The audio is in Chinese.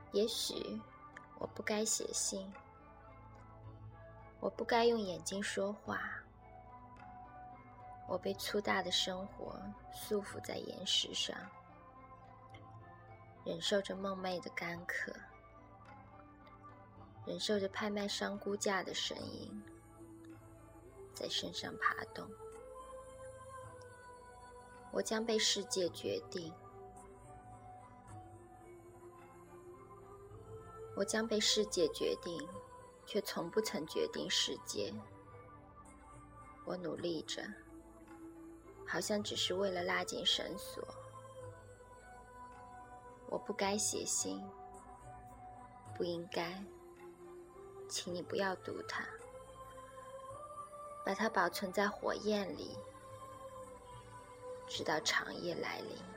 也许我不该写信，我不该用眼睛说话，我被粗大的生活束缚在岩石上，忍受着梦寐的干渴，忍受着拍卖商估价的声音在身上爬动。我将被世界决定，我将被世界决定，却从不曾决定世界。我努力着，好像只是为了拉紧绳索。我不该写信，不应该，请你不要读它，把它保存在火焰里，直到长夜来临。